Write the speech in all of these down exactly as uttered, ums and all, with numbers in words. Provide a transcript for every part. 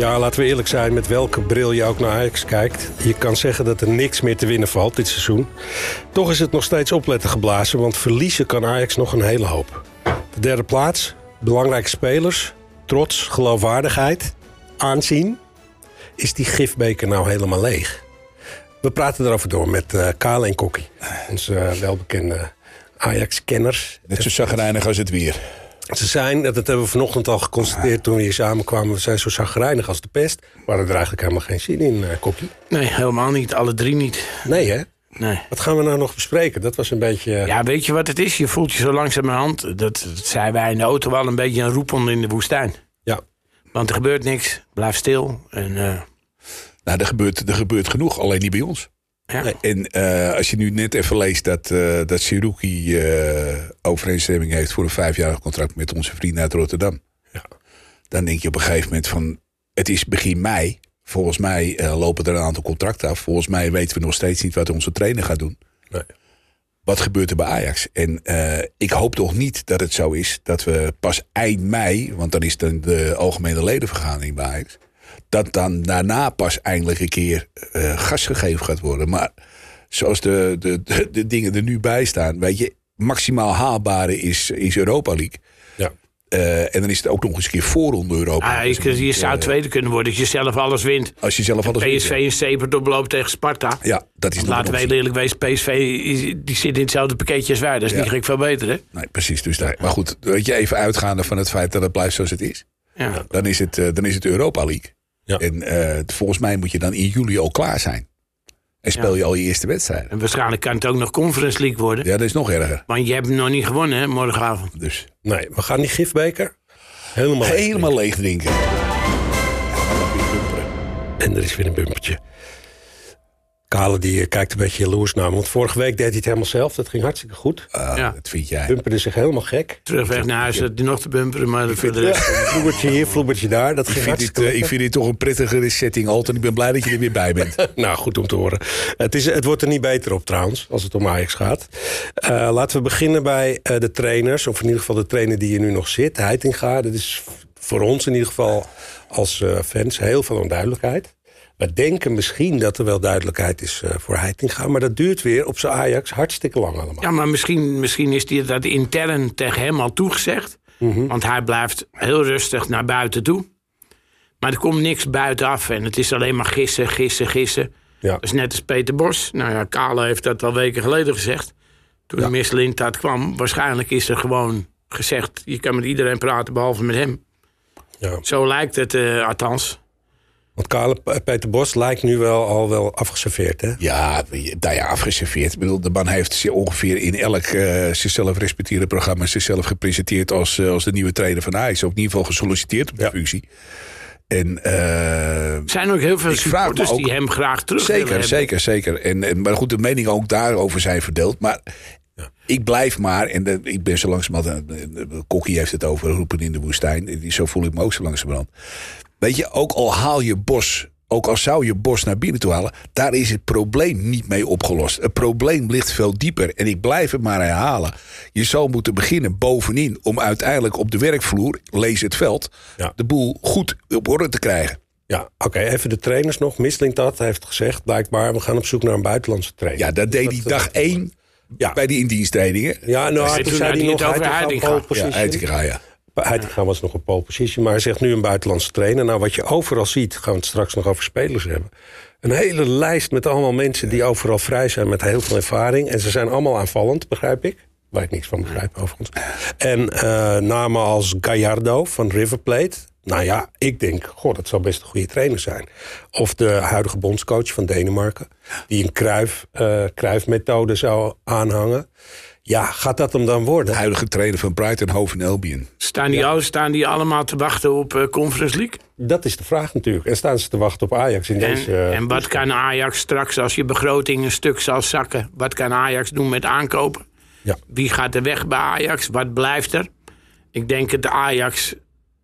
Ja, laten we eerlijk zijn, met welke bril je ook naar Ajax kijkt. Je kan zeggen dat er niks meer te winnen valt dit seizoen. Toch is het nog steeds opletten geblazen, want verliezen kan Ajax nog een hele hoop. De derde plaats, belangrijke spelers, trots, geloofwaardigheid, aanzien. Is die gifbeker nou helemaal leeg? We praten erover door met uh, Kale en Kokkie. Onze uh, welbekende Ajax-kenners. Net zo chagrijnig als het weer. Ze zijn, dat hebben we vanochtend al geconstateerd toen we hier samenkwamen... we zijn zo chagrijnig als de pest. We hadden er eigenlijk helemaal geen zin in, uh, Kokkie. Nee, helemaal niet. Alle drie niet. Nee, hè? Nee. Wat gaan we nou nog bespreken? Dat was een beetje... Uh... Ja, weet je wat het is? Je voelt je zo langzamerhand... Dat, dat zeiden wij in de auto wel een beetje een roepon in de woestijn. Ja. Want er gebeurt niks. Blijf stil. En, uh... Nou, er gebeurt, er gebeurt genoeg, alleen niet bij ons. Ja. En uh, als je nu net even leest dat, uh, dat Siruki uh, overeenstemming heeft... voor een vijfjarig contract met onze vrienden uit Rotterdam. Ja. Dan denk je op een gegeven moment van... het is begin mei. Volgens mij uh, lopen er een aantal contracten af. Volgens mij weten we nog steeds niet wat onze trainer gaat doen. Nee. Wat gebeurt er bij Ajax? En uh, ik hoop toch niet dat het zo is dat we pas eind mei... want dan is dan de algemene ledenvergadering bij Ajax... dat dan daarna pas eindelijk een keer uh, gas gegeven gaat worden. Maar zoals de, de, de, de dingen er nu bij staan... weet je, maximaal haalbare is, is Europa League. Ja. Uh, en dan is het ook nog eens een keer voorronde Europa. Ah, je, je zou tweede kunnen worden als je zelf alles wint. Als je zelf alles P S V wint, een stapert oploopt tegen Sparta. Ja, dat is nog Laten we heel eerlijk wezen, P S V die zit in hetzelfde pakketje als wij. Dat is ja. niet gek veel beter, hè? Nee, precies. Dus daar. Maar goed, weet je, even uitgaande van het feit dat het blijft zoals het is. Ja. Dan is het, uh, dan is het Europa League. Ja. En uh, volgens mij moet je dan in juli al klaar zijn. En speel je ja. al je eerste wedstrijden. En waarschijnlijk kan het ook nog Conference League worden. Ja, dat is nog erger. Want je hebt hem nog niet gewonnen, hè, morgenavond. Dus. Nee, we gaan die gifbeker helemaal, helemaal leeg drinken. Ja, en er is weer een bumpertje. Kale die uh, kijkt een beetje jaloers naar me. Want vorige week deed hij het helemaal zelf. Dat ging hartstikke goed. Uh, ja. Dat vind jij. Bumperde zich helemaal gek. Terugweg naar huis, dat hij nog te bumperen. Maar voor de rest... Vloebertje hier, vloebertje daar. Dat Ik ging vind, dit, uh, ik vind dit toch een prettigere setting, Alton. Ik ben blij dat je er weer bij bent. Nou, goed om te horen. Het, is, het wordt er niet beter op trouwens, als het om Ajax gaat. Uh, laten we beginnen bij uh, de trainers. Of in ieder geval de trainer die hier nu nog zit. Heitinga. Dat is voor ons in ieder geval als uh, fans heel veel onduidelijkheid. We denken misschien dat er wel duidelijkheid is uh, voor Heitinga. Maar dat duurt weer op zijn Ajax hartstikke lang allemaal. Ja, maar misschien, misschien is die dat intern tegen hem al toegezegd. Mm-hmm. Want hij blijft heel rustig naar buiten toe. Maar er komt niks buitenaf. En het is alleen maar gissen, gissen, gissen. Ja. Dat is net als Peter Bos. Nou ja, Kale heeft dat al weken geleden gezegd. Toen ja. de Misselintat kwam. Waarschijnlijk is er gewoon gezegd... je kan met iedereen praten behalve met hem. Ja. Zo lijkt het uh, althans. Want Kale, Peter Bos lijkt nu wel al wel afgeserveerd, hè? Ja, nou ja, afgeserveerd. Ik bedoel, de man heeft ongeveer in elk uh, zichzelf respecterende programma... zichzelf gepresenteerd als, uh, als de nieuwe trainer van Ajax. Of in ieder geval gesolliciteerd op de ja. functie. En, uh, er zijn ook heel veel supporters ook, die hem graag terug zeker, willen Zeker, zeker. En, en, maar goed, de meningen ook daarover zijn verdeeld. Maar ja. ik blijf maar... en de, ik ben zo langzamerhand... Kokkie heeft het over roepen in de woestijn. Zo voel ik me ook zo langzamerhand. Weet je, ook al haal je Bos... ook al zou je Bos naar binnen toe halen... daar is het probleem niet mee opgelost. Het probleem ligt veel dieper. En ik blijf het maar herhalen. Je zou moeten beginnen bovenin... om uiteindelijk op de werkvloer, lees het veld... Ja. de boel goed op orde te krijgen. Ja, oké, okay, even de trainers nog. Misselintat heeft gezegd, blijkbaar... we gaan op zoek naar een buitenlandse trainer. Ja, dat deed hij dag één ja. bij die indiensttrainingen. Ja, nou, dus toen zei hij nog... over Heitinga. Ja, Heitinga, ja. Heitinga was nog een pole position, maar hij zegt nu een buitenlandse trainer. Nou, wat je overal ziet, gaan we het straks nog over spelers hebben. Een hele lijst met allemaal mensen die overal vrij zijn met heel veel ervaring. En ze zijn allemaal aanvallend, begrijp ik. Waar ik niks van begrijp, overigens. En uh, namen als Gallardo van River Plate. Nou ja, ik denk, goh, dat zou best een goede trainer zijn. Of de huidige bondscoach van Denemarken, die een Cruyff, uh, Cruyff-methode zou aanhangen. Ja, gaat dat hem dan worden? De huidige trainer van Brighton, Hove Albion. Staan die, ja. staan die allemaal te wachten op uh, Conference League? Dat is de vraag natuurlijk. En staan ze te wachten op Ajax in en, deze... Uh, en wat kan Ajax straks, als je begroting een stuk zal zakken... wat kan Ajax doen met aankopen? Ja. Wie gaat er weg bij Ajax? Wat blijft er? Ik denk dat de Ajax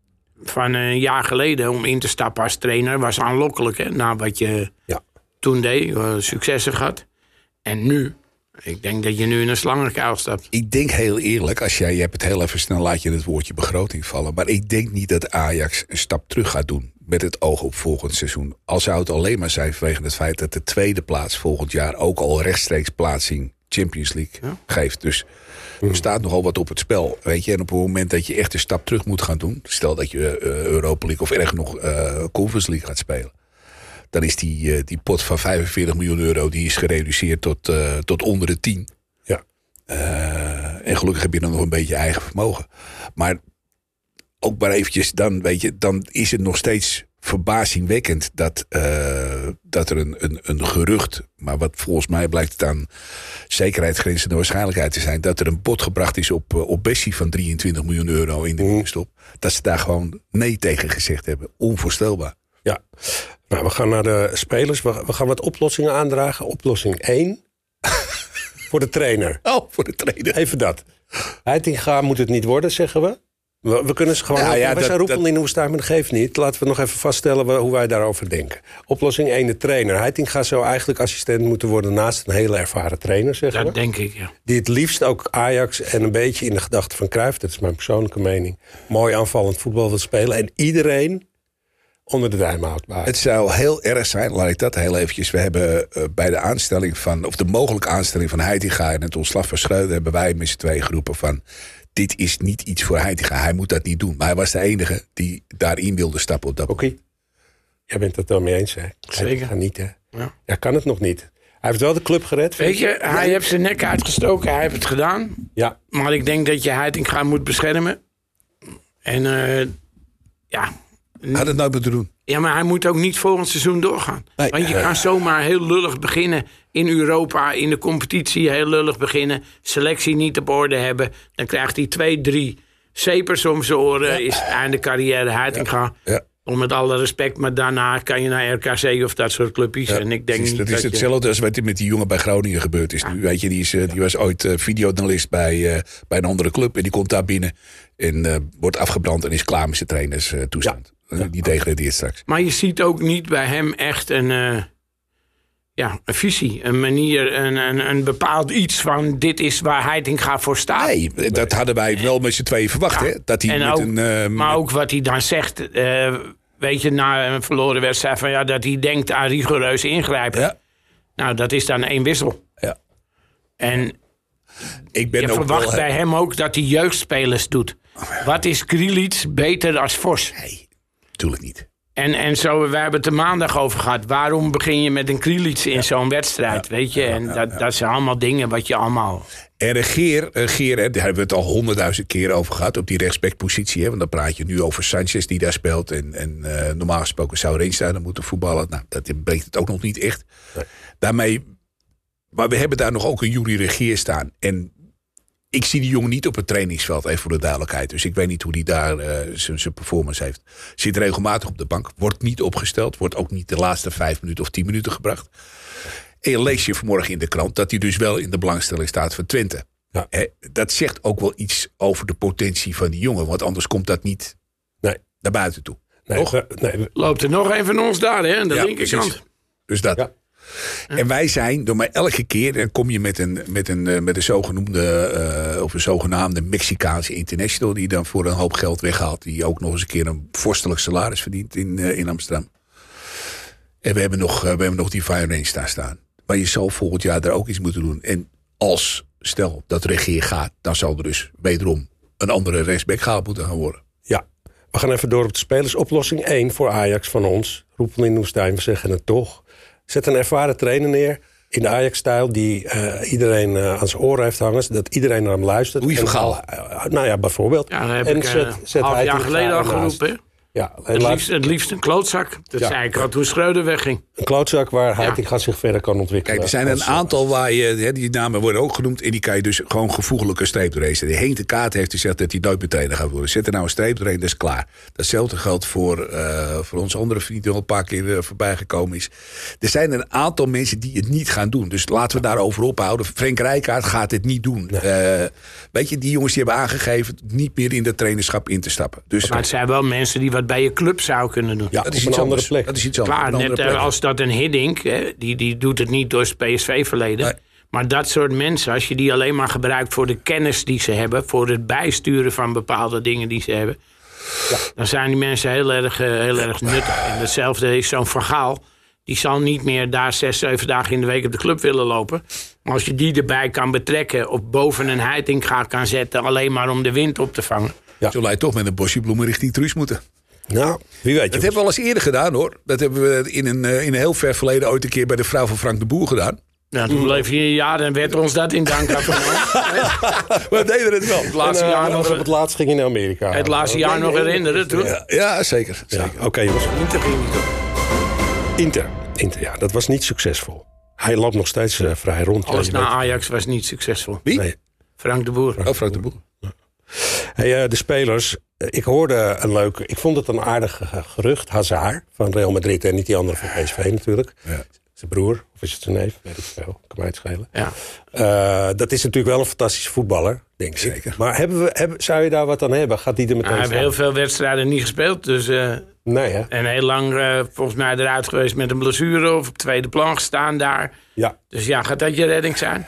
van een jaar geleden... om in te stappen als trainer was aanlokkelijk. Hè? Na wat je ja. toen deed, uh, successen gehad. En nu... Ik denk dat je nu in een slangenkuil stapt. Ik denk heel eerlijk, als jij, je hebt het heel even snel, laat je het woordje begroting vallen. Maar ik denk niet dat Ajax een stap terug gaat doen. met het oog op volgend seizoen. Al zou het alleen maar zijn vanwege het feit dat de tweede plaats volgend jaar ook al rechtstreeks plaatsing Champions League ja. geeft. Dus er staat nogal wat op het spel. Weet je? En op het moment dat je echt een stap terug moet gaan doen, stel dat je uh, Europa League of erg nog uh, Conference League gaat spelen, dan is die, uh, die pot van vijfenveertig miljoen euro die is gereduceerd tot, uh, tot onder de tien. Ja. Uh, en gelukkig heb je dan nog een beetje eigen vermogen. Maar ook maar eventjes, dan, weet je, dan is het nog steeds verbazingwekkend dat, uh, dat er een, een, een gerucht, maar wat volgens mij blijkt het aan zekerheidsgrenzende waarschijnlijkheid te zijn, dat er een bod gebracht is op, op Bessie van drieëntwintig miljoen euro in de winterstop. Mm. Dat ze daar gewoon nee tegen gezegd hebben. Onvoorstelbaar. Ja, nou, we gaan naar de spelers. We, we gaan wat oplossingen aandragen. Oplossing één. Voor de trainer. Oh, voor de trainer. Even dat. Heitinga moet het niet worden, zeggen we. We, we kunnen ze gewoon... Ja, ja, we zijn roepen in de woestijn, maar dat geeft niet. Laten we nog even vaststellen hoe wij daarover denken. Oplossing één, de trainer. Heitinga zou eigenlijk assistent moeten worden naast een hele ervaren trainer, zeggen we. Dat denk ik, ja. Die het liefst ook Ajax en een beetje in de gedachte van Cruijff, dat is mijn persoonlijke mening, mooi aanvallend voetbal wil spelen. En iedereen onder de duim houdt. Het zou heel erg zijn, laat ik dat heel eventjes. We hebben uh, bij de aanstelling van, of de mogelijke aanstelling van Heitinga en het ontslag van Schreuder, hebben wij met z'n twee geroepen van, dit is niet iets voor Heitinga. Hij moet dat niet doen. Maar hij was de enige die daarin wilde stappen op dat Oké. Okay. Jij bent het er mee eens, hè? Zeker. Ga niet, hè? Ja. Ja, kan het nog niet. Hij heeft wel de club gered. Weet je, hij heeft zijn nek uitgestoken. Hij heeft het gedaan. Ja. Maar ik denk dat je Heitinga moet beschermen. En uh, ja... Had het nooit moeten doen. Ja, maar hij moet ook niet volgend seizoen doorgaan. Nee, Want je uh, kan zomaar heel lullig beginnen in Europa, in de competitie heel lullig beginnen, selectie niet op orde hebben. Dan krijgt hij twee, drie cepers om zijn oren, ja. Is het einde carrière Heitinga. Ja. Ja. Om met alle respect, maar daarna kan je naar R K C of dat soort clubjes. Ja, en ik denk precies, niet dat is dat hetzelfde je... als wat er met die jongen bij Groningen gebeurd is. Ja. Nu, weet je, die, is, die was ooit uh, videojournalist bij, uh, bij een andere club en die komt daar binnen en uh, wordt afgebrand en is klaar met zijn trainers uh, toestand. Ja. Ja. Die degradeert straks. Maar je ziet ook niet bij hem echt een, uh, ja, een visie, een manier, een, een, een bepaald iets van dit is waar Heitinga voor staat. Nee, dat hadden wij wel met z'n tweeën verwacht. Ja. Hè? Dat hij en met ook, een, uh, maar met... ook wat hij dan zegt, uh, weet je, na een verloren wedstrijd, van, ja, dat hij denkt aan rigoureus ingrijpen. Ja. Nou, dat is dan één wissel. Ja. En ik ben je ook verwacht wel, bij hem ook dat hij jeugdspelers doet. Wat is Krilic beter als Vos? Nee. Natuurlijk niet. En, en zo, wij hebben het er maandag over gehad. Waarom begin je met een Krilic in ja. zo'n wedstrijd? Ja. Weet je, en ja, ja, dat, ja. dat zijn allemaal dingen wat je allemaal... En Regeer, Regeer, daar hebben we het al honderdduizend keer over gehad, op die rechtsbackpositie. Hè? Want dan praat je nu over Sanchez die daar speelt. En, en uh, normaal gesproken zou Reensteiner moeten voetballen. Nou, dat breekt het ook nog niet echt. Nee. Daarmee, maar we hebben daar nog ook een Juri Regeer staan. En ik zie die jongen niet op het trainingsveld, even voor de duidelijkheid. Dus ik weet niet hoe hij daar uh, zijn performance heeft. Zit regelmatig op de bank, wordt niet opgesteld. Wordt ook niet de laatste vijf minuten of tien minuten gebracht. En je leest je vanmorgen in de krant dat hij dus wel in de belangstelling staat van Twente. Ja. He, dat zegt ook wel iets over de potentie van die jongen. Want anders komt dat niet nee. naar buiten toe. Nee, Toch? Nee. Loopt er nog een van ons daar, hè? Aan de ja, linkerkant. Precies. Dus dat... Ja. En wij zijn, door mij elke keer, dan kom je met een, met een, met een zogenoemde, uh, of een zogenaamde Mexicaanse international, die dan voor een hoop geld weghaalt, die ook nog eens een keer een vorstelijk salaris verdient in, uh, in Amsterdam. En we hebben nog, uh, we hebben nog die Fire Range daar staan. Maar je zal volgend jaar daar ook iets moeten doen. En als, stel, dat Regeer gaat, dan zal er dus wederom een andere rechtsback gehaald moeten gaan worden. Ja, we gaan even door op de spelers. Oplossing één voor Ajax van ons. Roepen in Woestijn, we zeggen het toch. Zet een ervaren trainer neer in de Ajax-stijl die uh, iedereen uh, aan zijn oren heeft hangen. Dat iedereen naar hem luistert. Louis van Gaal. Uh, nou ja, bijvoorbeeld. Ja, dat heb en ik zet, uh, zet half jaar geleden al geroepen. Ja, het, liefst, het liefst een klootzak. Dat ja. zei ik al toen Schreuder wegging. Een klootzak waar Heitinga ja. zich verder kan ontwikkelen. Kijk, er zijn een aantal waar je, hè, die namen worden ook genoemd. En die kan je dus gewoon gevoeglijke streep doorheen zetten. Henk de Kaat heeft gezegd dat hij nooit meteen gaat worden. Zet er nou een streep doorheen, dat is klaar. Datzelfde geldt voor, uh, voor onze andere vriend die al een paar keer uh, voorbij gekomen is. Er zijn een aantal mensen die het niet gaan doen. Dus laten we daarover ophouden. Frank Rijkaard gaat het niet doen. Nee. Uh, weet je, die jongens die hebben aangegeven niet meer in dat trainerschap in te stappen. Dus, maar het zijn wel mensen die wat bij je club zouden kunnen doen. Ja, dat is op een andere anders. plek. Dat is iets anders. Klaar, net plek. Als dat een Hiddink, hè, die, die doet het niet door zijn P S V-verleden. Nee. Maar dat soort mensen, als je die alleen maar gebruikt voor de kennis die ze hebben, voor het bijsturen van bepaalde dingen die ze hebben, Ja. Dan zijn die mensen heel erg, uh, heel erg nuttig. En hetzelfde is zo'n Van Gaal. Die zal niet meer daar zes, zeven dagen in de week op de club willen lopen. Maar als je die erbij kan betrekken... of boven een Heitinga kan zetten... alleen maar om de wind op te vangen. Ja. Zullen wij toch met een bosje bloemen richting Truus moeten? Nou, wie weet. Dat hebben we al eens eerder gedaan, hoor. Dat hebben we in een, in een heel ver verleden... ooit een keer bij de vrouw van Frank de Boer gedaan. Ja, toen bleef je een jaar en werd ons dat in dank afgenomen. We deden het wel. Het laatste en, uh, jaar nog, op het laatst ging in Amerika. Het laatste jaar nog herinneren toen. Ja, ja zeker. Ja, zeker. Oké, okay, jongens. Inter ging niet op. Inter. Inter, ja, dat was niet succesvol. Hij loopt nog steeds uh, vrij rond. Alles ja, na weet... Ajax was niet succesvol. Wie? Nee. Frank de Boer. Oh, Frank de Boer. Ja. Hey, uh, de spelers. Uh, ik hoorde een leuke... Ik vond het een aardig uh, gerucht. Hazard van Real Madrid en niet die andere van P S V natuurlijk. Ja. Zijn broer, of is het zijn neef? Weet ik veel. Kan mij het schelen. Ja. Uh, dat is natuurlijk wel een fantastische voetballer, denk ik. Zeker. Maar hebben we, hebben, zou je daar wat aan hebben? Gaat die er meteen Hij heeft heel veel wedstrijden niet gespeeld. Dus, uh, nee, hè? en heel lang uh, volgens mij eruit geweest met een blessure. Of op tweede plan gestaan daar. Ja. Dus ja, gaat dat je redding zijn?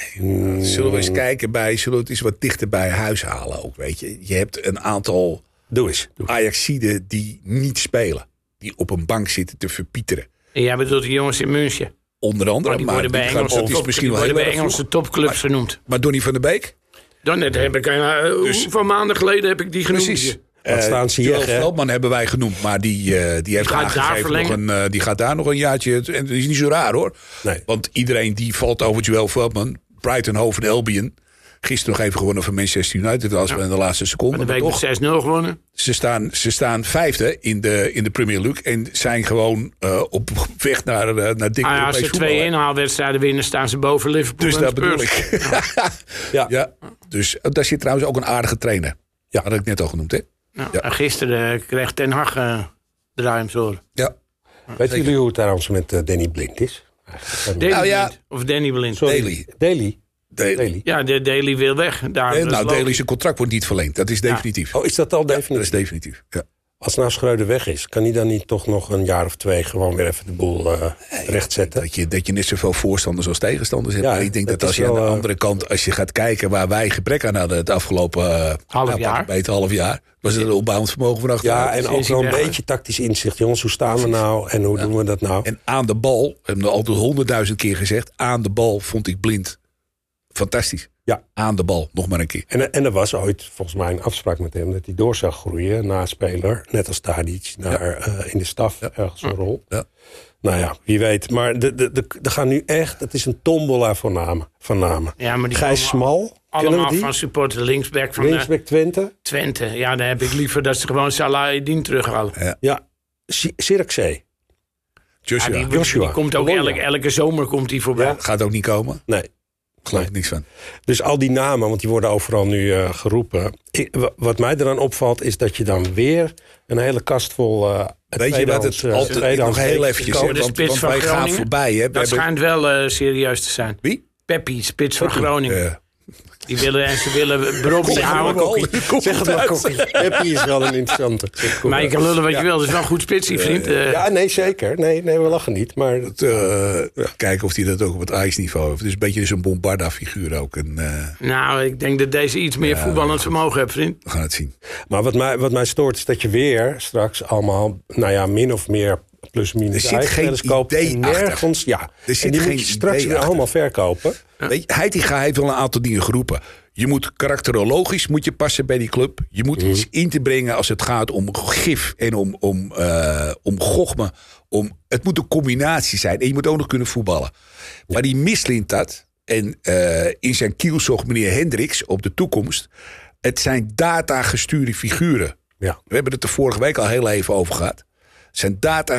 Mm. Zullen we eens kijken bij... Zullen we het eens wat dichter bij huis halen ook, weet je? Je hebt een aantal Doe eens. Doe eens. Ajaxiden die niet spelen. Die op een bank zitten te verpieteren. En jij bedoelt de jongens in München. Onder andere. Oh, die maar worden bij die gaan- Engelse, dat is top, misschien die wel worden heel bij erg Engelse vroeg. topclubs genoemd. Maar Donny van der Beek? Dan net heb ik, uh, Dus- hoeveel maanden geleden heb ik die genoemd? Precies. Wat staan ze Joel hier, hè? Veldman hebben wij genoemd, maar die, uh, die heeft gaat daar aangegeven nog verlengen. een, uh, die gaat daar nog een jaartje. En dat is niet zo raar, hoor. Nee. Want iedereen die valt over Joel Veldman. Brighton, Hove en Albion. Gisteren nog even gewonnen van Manchester United. Als we in de laatste seconde. Van de Maar week met toch, zes nul gewonnen. ze staan, ze staan vijfde in de, in de Premier League. En zijn gewoon uh, op weg naar, uh, naar dik Ah, ja, als Europees ze voetbal. twee hè. inhaalwedstrijden winnen, staan ze boven Liverpool Dus en dat bedoel Spurs. ik. Ja. Ja, dus uh, daar zit trouwens ook een aardige trainer. Ja. Had ik net al genoemd, hè? Ja, Ja. en gisteren uh, kreeg Ten Hag uh, draai hem zo. Ja. Weten jullie hoe het trouwens met uh, Danny Blind is? Daley Nou ja. Blind. Of Danny Blind. Sorry. Daly. Daly. Daly. Daly. Ja, de Daley wil weg. Daar, Nee, dat is nou, logisch. Daly zijn contract wordt niet verlengd. Dat is definitief. Oh, is dat al Ja, dat definitief? is definitief. Ja. Als nou Schreuder weg is, kan hij dan niet toch nog een jaar of twee gewoon weer even de boel uh, rechtzetten? Dat je, dat je net zoveel voorstanders als tegenstanders hebt. Ja, maar ik denk dat dat, als is je aan de wel, uh, andere kant, als je gaat kijken waar wij gebrek aan hadden het afgelopen uh, Half nou, jaar. pak een beetje half jaar, was het een opbouwend vermogen van achteruit. Ja, en ook Sinds wel hij een weg is. beetje tactisch inzicht. Jongens, hoe staan we nou en hoe doen we dat nou? En aan de bal, we hebben het altijd honderdduizend keer gezegd, aan de bal vond ik Blind fantastisch. Ja. Aan de bal, nog maar een keer. En, en er was ooit volgens mij een afspraak met hem dat hij door zou groeien na speler, net als Tadic, naar uh, in de staf ergens een rol. Ja. Nou ja, wie weet. Maar de, de, de, er gaan nu echt, het is een tombola van namen. Van namen. Ja, maar die Gijs komen Smal, kennen we allemaal die? van supporter linksback van uh, Linksback Twente. Twente. Ja, dan heb ik liever dat ze gewoon Salah Eddin terughalen. Ja. Ja, Si- Zirkzee. Joshua, Ja, die, Joshua. die komt ook Gewoon, elke, ja. elke zomer komt die voorbij. Ja. gaat ook niet komen. Nee. Geloof Nee. ik niks van. Dus al die namen, want die worden overal nu uh, geroepen. Ik, w- wat mij eraan opvalt, is dat je dan weer een hele kast vol uh, Weet je wat het tweedehands, uh, altijd, nog tweedehands heel tekens eventjes, kopen. hè, De want, spits want van wij gaan Groningen. voorbij. Hè. We Dat hebben- schijnt wel uh, serieus te zijn. Wie? Peppi, spits van Groningen. Eh, Die willen en ze willen Brobby houden. Zeg het maar, Kokkie. Happy is wel een interessante. Maar je kan lullen wat je wil. Dat is wel een goed spitsie, vriend. Uh, Ja, nee, zeker. Nee, nee, we lachen niet. Maar het, uh, kijken of hij dat ook op het ijsniveau heeft. Het is een beetje zo'n Bombarda-figuur ook. En, uh, Nou, ik denk dat deze iets meer voetballend vermogen heeft, vriend. we gaan het zien. Maar wat mij, wat mij stoort is dat je weer straks allemaal, nou ja, min of meer plus minus Er zit eigen geen spelers koopt. idee En nergens, achter. ja. Er zit en die geen moet je straks idee weer achter. allemaal verkopen. Weet je, Heitinga heeft wel een aantal dingen geroepen. Je moet karakterologisch moet je passen bij die club. Je moet iets in te brengen als het gaat om gif en om, om, uh, om gochme. Om, het moet een combinatie zijn. En je moet ook nog kunnen voetballen. Maar die mislint dat. En uh, in zijn kiel zocht meneer Hendricks op de toekomst. Het zijn data-gestuurde figuren. Ja. We hebben het er vorige week al heel even over gehad. Het zijn data.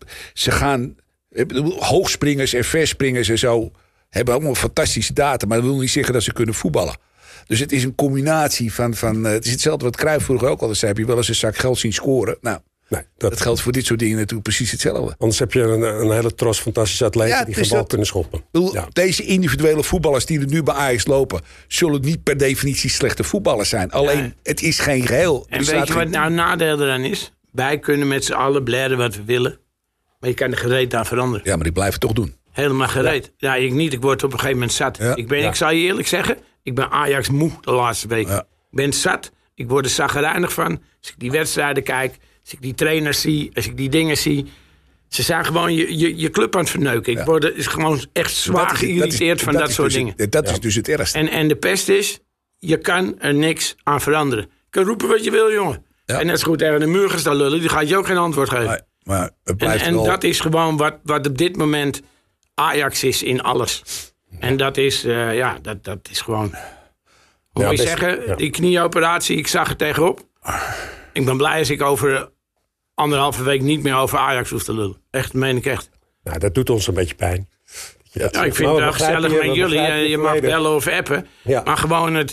Ze gaan hoogspringers en verspringers en zo. Hebben allemaal fantastische data. Maar dat wil niet zeggen dat ze kunnen voetballen. Dus het is een combinatie van... van uh, het is hetzelfde wat Cruijff vroeger ook al zei. Heb je wel eens een zak geld zien scoren? Nou, Nee, dat, dat geldt voor dit soort dingen natuurlijk precies hetzelfde. Anders heb je een, een hele tros fantastische atleten Ja, die dus gewoon dat- kunnen schoppen. Ik bedoel, Ja. Deze individuele voetballers die er nu bij Ajax lopen... zullen niet per definitie slechte voetballers zijn. Alleen, Nee. het is geen geheel. En Er staat weet je wat geen- nou een nadeel eraan is? Wij kunnen met z'n allen blaren wat we willen. Maar je kan er gereed aan veranderen. Ja, maar die blijven toch doen. Helemaal gereed. Ja. ik niet. Ik word op een gegeven moment zat. Ja. Ik, ben, Ja. ik zal je eerlijk zeggen, ik ben Ajax moe de laatste week. Ja. Ik ben zat. Ik word er chagrijnig van. Als ik die wedstrijden kijk, als ik die trainers zie, als ik die dingen zie. Ze zijn gewoon je, je, je club aan het verneuken. Ik ja. word er is gewoon echt zwaar geïrriteerd van dat, dat soort dus dingen. Het, dat ja. is dus het ergste. En, en de pest is, je kan er niks aan veranderen. Je kan roepen wat je wil, jongen. Ja. En net zo goed tegen de muur gaan staan lullen, die gaat je ook geen antwoord geven. Maar, maar het blijft en en wel... dat is gewoon wat, wat op dit moment Ajax is in alles. Ja. En dat is, uh, ja, dat, dat is gewoon... Hoe moet je zeggen, ja. die knieoperatie, ik zag er tegenop. Ik ben blij als ik over anderhalve week niet meer over Ajax hoef te lullen. Echt, dat meen ik echt. Nou, dat doet ons een beetje pijn. Ja, ja, ik vind het wel gezellig je, met jullie. Je, je mag bellen of appen. Ja. Maar gewoon het...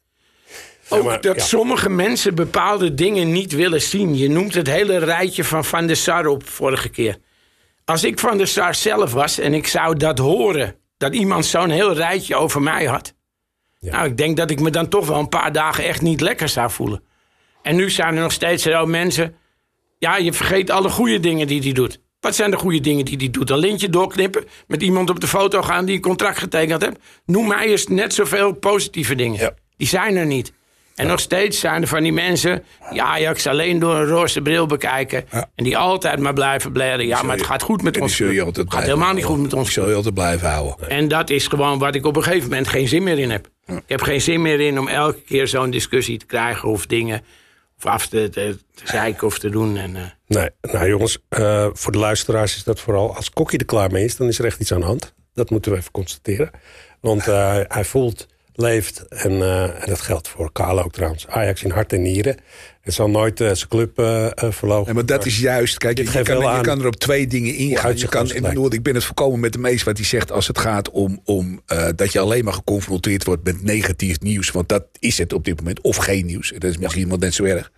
Ook ja, maar, dat ja. sommige mensen bepaalde dingen niet willen zien. Je noemt het hele rijtje van Van der Sar op vorige keer. Als ik Van der Sar zelf was en ik zou dat horen... dat iemand zo'n heel rijtje over mij had... Ja. Nou, ik denk dat ik me dan toch wel een paar dagen echt niet lekker zou voelen. En nu zijn er nog steeds zo mensen... Ja, je vergeet alle goede dingen die hij doet. Wat zijn de goede dingen die hij doet? Een lintje doorknippen, met iemand op de foto gaan die een contract getekend heeft. Noem mij eens net zoveel positieve dingen. Ja. Die zijn er niet. En ja. nog steeds zijn er van die mensen... die Ajax alleen door een roze bril bekijken... Ja. en die altijd maar blijven blaren. Ja, maar het gaat goed met ons. Het gaat helemaal niet goed met ons. Ik zal je altijd blijven houden. En dat is gewoon wat ik op een gegeven moment geen zin meer in heb. Ja. Ik heb geen zin meer in om elke keer zo'n discussie te krijgen... of dingen of af te, te, te zeiken of te doen. En, uh... Nee, nou jongens, uh, voor de luisteraars is dat vooral... als Kokkie er klaar mee is, dan is er echt iets aan de hand. Dat moeten we even constateren. Want uh, hij voelt... leeft. En, uh, en dat geldt voor Karel ook trouwens. Ajax in hart en nieren. Het zal nooit uh, zijn club uh, uh, verlogen. Ja, maar dat is juist... Kijk, je, je, kan, je kan er op twee dingen ingaan. Je kan, ik, bedoel, ik ben het volkomen met de meest wat hij zegt... als het gaat om, om uh, dat je alleen maar geconfronteerd wordt... met negatief nieuws. Want dat is het op dit moment. Of geen nieuws. Dat is misschien ja. wel net zo erg.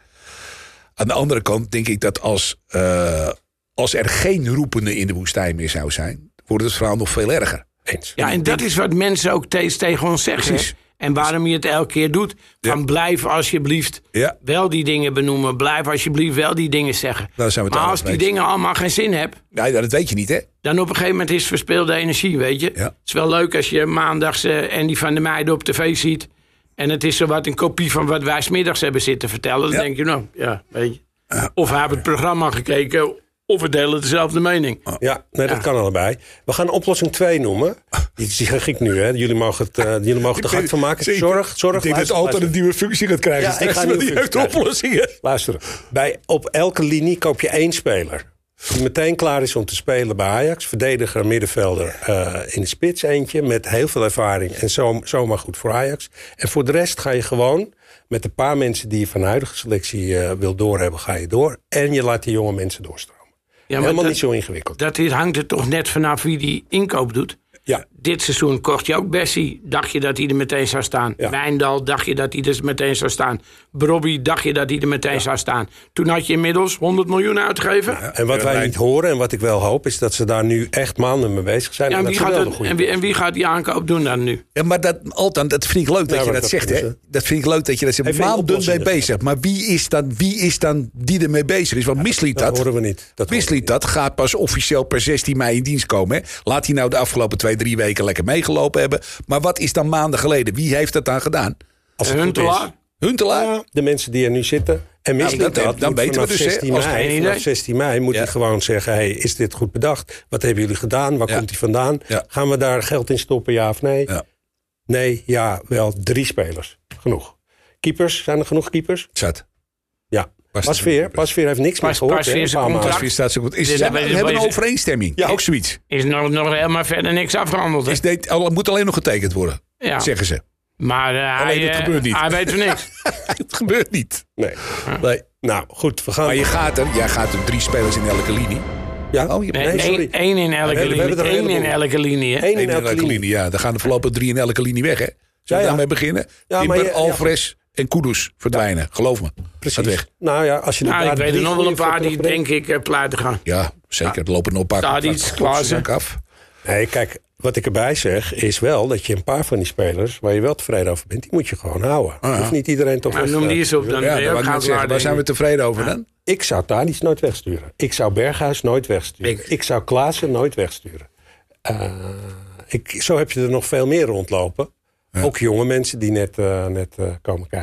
Aan de andere kant denk ik dat als... Uh, als er geen roepende in de woestijn meer zou zijn... wordt het verhaal nog veel erger. Eens. Ja, en dat is wat mensen ook steeds tegen ons zeggen. Precies. En waarom je het elke keer doet. Van ja. blijf alsjeblieft ja. wel die dingen benoemen. Blijf alsjeblieft wel die dingen zeggen. Nou, zijn we maar als die beetje. dingen allemaal geen zin hebben. Nee, dat weet je niet, hè? Dan op een gegeven moment is verspeelde energie, weet je. Ja. Het is wel leuk als je maandags uh, Andy van der Meijden op tv ziet. En het is zowat een kopie van wat wij 's middags hebben zitten vertellen. Dan ja. denk je, nou, ja, weet je. Ja. Of we hebben het programma gekeken... Of we delen dezelfde mening. Ja, nee, dat ja. kan allebei. We gaan oplossing twee noemen. Die zeg ik nu, hè. Jullie mogen, het, uh, jullie mogen er gat van maken. Zeker. Zorg, zorg. Ik denk dat altijd een nieuwe functie gaat krijgen. Ja, ik ga een nieuwe functie oplossingen. Luister, bij, op elke linie koop je één speler. Die meteen klaar is om te spelen bij Ajax. Verdediger, middenvelder uh, in de spits eentje. Met heel veel ervaring. En zo, zomaar goed voor Ajax. En voor de rest ga je gewoon... met de paar mensen die je van de huidige selectie uh, wil doorhebben... ga je door. En je laat die jonge mensen doorstromen. Ja, helemaal dat, niet zo ingewikkeld. Dat is, hangt er toch net vanaf wie die inkoop doet. Ja. Dit seizoen kocht je ook Bessie. Dacht je dat hij er meteen zou staan. Ja. Wijndal, dacht je dat hij er meteen zou staan. Brobby, dacht je dat hij er meteen ja. zou staan. Toen had je inmiddels honderd miljoen uitgegeven. Ja. En wat ja, wij wij niet horen en wat ik wel hoop... is dat ze daar nu echt maanden mee bezig zijn. Ja, en, en, wie gaat het, en, wie, en wie gaat die aankoop doen dan nu? Ja, maar dat, Altan, dat vind ik leuk dat ja, je dat, dat zegt. Hè? Dat vind ik leuk dat je dat zegt. Maanden mee bezig. Maar wie is, dan, wie is dan die ermee bezig is? Want ja, misliet dat. Dat horen we niet. Dat misliet dat. Gaat pas officieel per zestien mei in dienst komen. Hè? Laat hij nou de afgelopen twee, drie weken lekker meegelopen hebben. Maar wat is dan maanden geleden? Wie heeft dat dan gedaan? Als Huntelaar. Huntelaar? Ja, de mensen die er nu zitten. En misschien nou, dat, dat, dan weten we dus. zestien mei, vanaf zestien mei moet ja. hij gewoon zeggen... Hey, is dit goed bedacht? Wat hebben jullie gedaan? Waar ja. komt hij vandaan? Ja. Gaan we daar geld in stoppen, ja of nee? Ja. Nee, ja, wel drie spelers. Genoeg. Keepers, zijn er genoeg keepers? Zat. Ja. Pasveer, Pasveer heeft niks meer gehoord. Pasveer is een Pasveer staat zo goed. Is, ja, we hebben een overeenstemming. Ja, ook zoiets. Is nog, nog helemaal verder niks afgehandeld. Is dit, al, moet alleen nog getekend worden, ja. zeggen ze. Maar uh, alleen, hij, het gebeurt niet. Hij weet er niks. Het gebeurt niet. Nee. nee. Nou, goed. We gaan maar je gaat er, jij gaat er drie spelers in elke linie. Ja? Oh, je, nee, nee, sorry. Eén in elke ja, linie. Eén in elke linie. Eén in elke linie. linie. Ja, dan gaan er voorlopig drie in elke linie weg, hè? Zullen we ja, ja. daarmee beginnen? Ja, Timber, je, Alvarez ja. en Kudus verdwijnen. Ja. Geloof me. Precies. Weg. Nou ja, als je nou, ik weet er nog wel een paar die denk ik uh, pleiten gaan. Ja, zeker. Ja. Er lopen nog een paar. Staat iets klaar af. Nee, kijk. Wat ik erbij zeg, is wel dat je een paar van die spelers... waar je wel tevreden over bent, die moet je gewoon houden. Ah, ja. Hoeft niet iedereen toch... Maar noem die eens op dan. Ja, ja, dan gaan zeggen, waar zijn we tevreden over ja. dan? Ik zou Tadic nooit wegsturen. Ik zou Berghuis nooit wegsturen. Ik, ik zou Klaassen nooit wegsturen. Uh, ik, zo heb je er nog veel meer rondlopen. Ja. Ook jonge mensen die net, uh, net uh, komen kijken.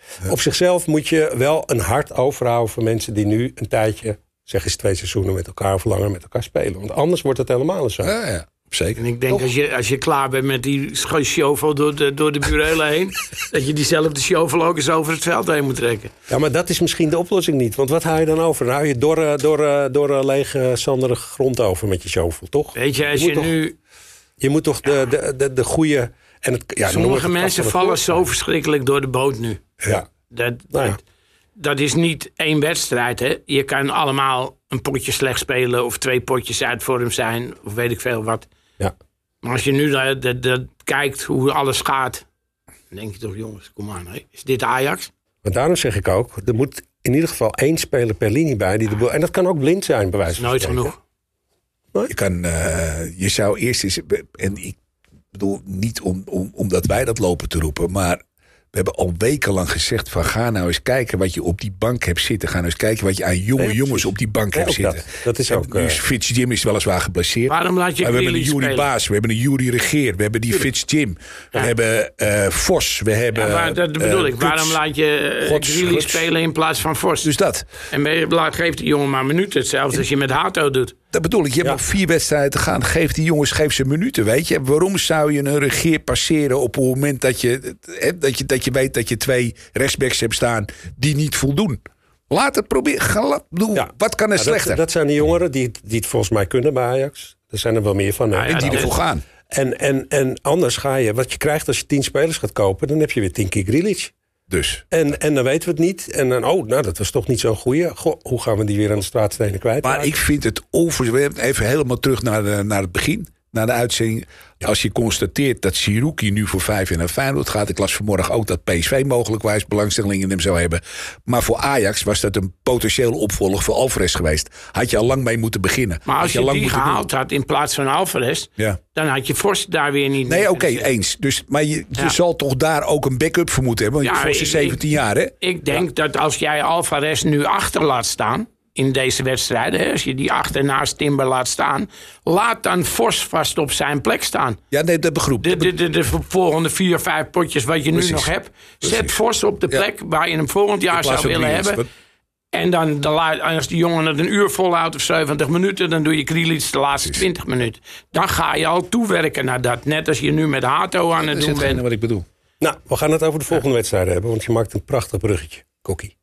Ja. Op zichzelf moet je wel een hart overhouden voor mensen die nu een tijdje, zeg eens twee seizoenen met elkaar of langer met elkaar spelen. Want anders wordt het helemaal zo. Ja, ja. Zeker. En ik denk als je, als je klaar bent met die shovel door de, door de burelen heen, dat je diezelfde shovel ook eens over het veld heen moet trekken. Ja, maar dat is misschien de oplossing niet. Want wat haal je dan over? Dan hou je door, door, door lege, zanderige grond over met je shovel, toch? Weet je, als je, je je toch, nu... Je moet toch de, de, de, de goede... En het, ja, sommige het mensen vallen zo verschrikkelijk door de boot nu. Ja. Dat, Nou ja. dat, dat is niet één wedstrijd, hè. Je kan allemaal een potje slecht spelen of twee potjes uit vorm zijn of weet ik veel wat. Ja. Maar als je nu dat, dat, dat kijkt hoe alles gaat, dan denk je toch, jongens, kom aan, hè. Is dit Ajax? Maar daarom zeg ik ook, er moet in ieder geval één speler per linie bij. Die de boel, en dat kan ook blind zijn, bij wijze van Nooit spreken. genoeg. Je, kan, uh, je zou eerst eens... En ik bedoel, niet om, om, omdat wij dat lopen te roepen, maar we hebben al wekenlang gezegd van ga nou eens kijken wat je op die bank hebt zitten. Ga nou eens kijken wat je aan jonge ja, jongens op die bank ja, hebt zitten. Dat, dat is en ook... nu Uh, is Fitz Jim is weliswaar geblesseerd. Waarom laat je maar we hebben een Grealish Juri spelen? Baas, we hebben een Juri Regeer, we hebben die Fitz Jim. We Ja. hebben uh, Vos, we hebben... Ja, maar dat bedoel uh, ik. Waarom laat je uh, Gods, Grealish Gods. spelen in plaats van Vos? Dus dat. En ben je, laat, geef die jongen maar minuten. Hetzelfde als je met Hato doet. Dat bedoel ik. Je hebt Ja. nog vier wedstrijden te gaan. Geef die jongens, geef ze minuten, weet je. Waarom zou je een Regeer passeren op het moment dat je, hè, dat je, dat je weet dat je twee rechtsbacks hebt staan die niet voldoen? Laat het proberen. Ga, laat, bedoel, ja. Wat kan er Ja, slechter? dat, dat zijn de jongeren die, die het volgens mij kunnen bij Ajax. Er zijn er wel meer van. hè. Nou ja, en die dat- ervoor gaan. En, en, en anders ga je... Wat je krijgt als je tien spelers gaat kopen... dan heb je weer tien keer Grealish. Dus. En, en dan weten we het niet. En dan, oh, nou, dat was toch niet zo'n goeie. Goh, hoe gaan we die weer aan de straatstenen kwijt? Maar ik vind het over... Even helemaal terug naar, de, naar het begin. Naar de uitzending. Als je constateert dat Siruki nu voor vijf en naar Feyenoord gaat. Ik las vanmorgen ook dat P S V mogelijkwijs belangstelling in hem zou hebben. Maar voor Ajax was dat een potentieel opvolger voor Alvarez geweest. Had je al lang mee moeten beginnen. Maar Had als je al lang die moeten gehaald had in plaats van Alvarez, Ja. dan had je Vos daar weer niet. Nee, meer oké, kunnen zetten. eens. Dus, maar je, je Ja. zal toch daar ook een backup voor moeten hebben. Want Ja, je Vos is ik- zeventien jaar, hè? Ik denk dat als jij Alvarez nu achter laat staan in deze wedstrijden, hè, als je die achter naast Timber laat staan, laat dan Vos vast op zijn plek staan. Ja, nee, dat begroep. De, de, de, de volgende vier, vijf potjes wat je Precies. nu nog hebt, Precies. zet Vos op de Ja. plek waar je hem volgend jaar In plaats zou van willen Grealish. hebben. En dan, de la- als die jongen het een uur volhoudt of zeventig minuten, dan doe je Grealish de laatste twintig minuten. Dan ga je al toewerken naar dat. Net als je nu met Hato aan het Dat is doen hetgene bent. wat ik bedoel. Nou, we gaan het over de volgende wedstrijden hebben. Want je maakt een prachtig bruggetje. Kokkie.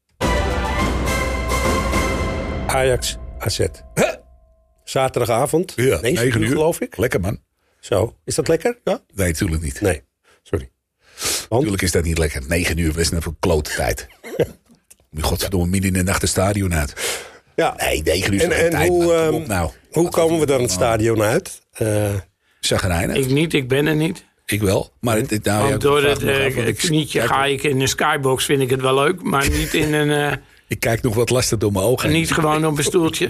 Ajax A Z. Huh? Zaterdagavond. Ja, negen negen uur, uur. geloof ik. Lekker, man. Zo. Is dat lekker? Ja? Nee, natuurlijk niet. Nee. Sorry. Want? Natuurlijk is dat niet lekker. Negen uur is net voor klote tijd. Moet godverdomme midden in de nacht het stadion uit. Ja. Nee, negen uur is En, toch geen en tijd, hoe, man. Kom ehm, op nou. hoe komen we dan het stadion uit? Eh, Zagrijnig. Ik Ik, niet, ik ben er niet. wel. Maar het, het, nou, ja, Want door vraag het me nog eh, af, want ik- knietje kijk, ga ik in een skybox, vind ik het wel leuk. Maar niet in een... eh, Ik kijk nog wat lastig door mijn ogen. heen. niet gewoon op een stoeltje.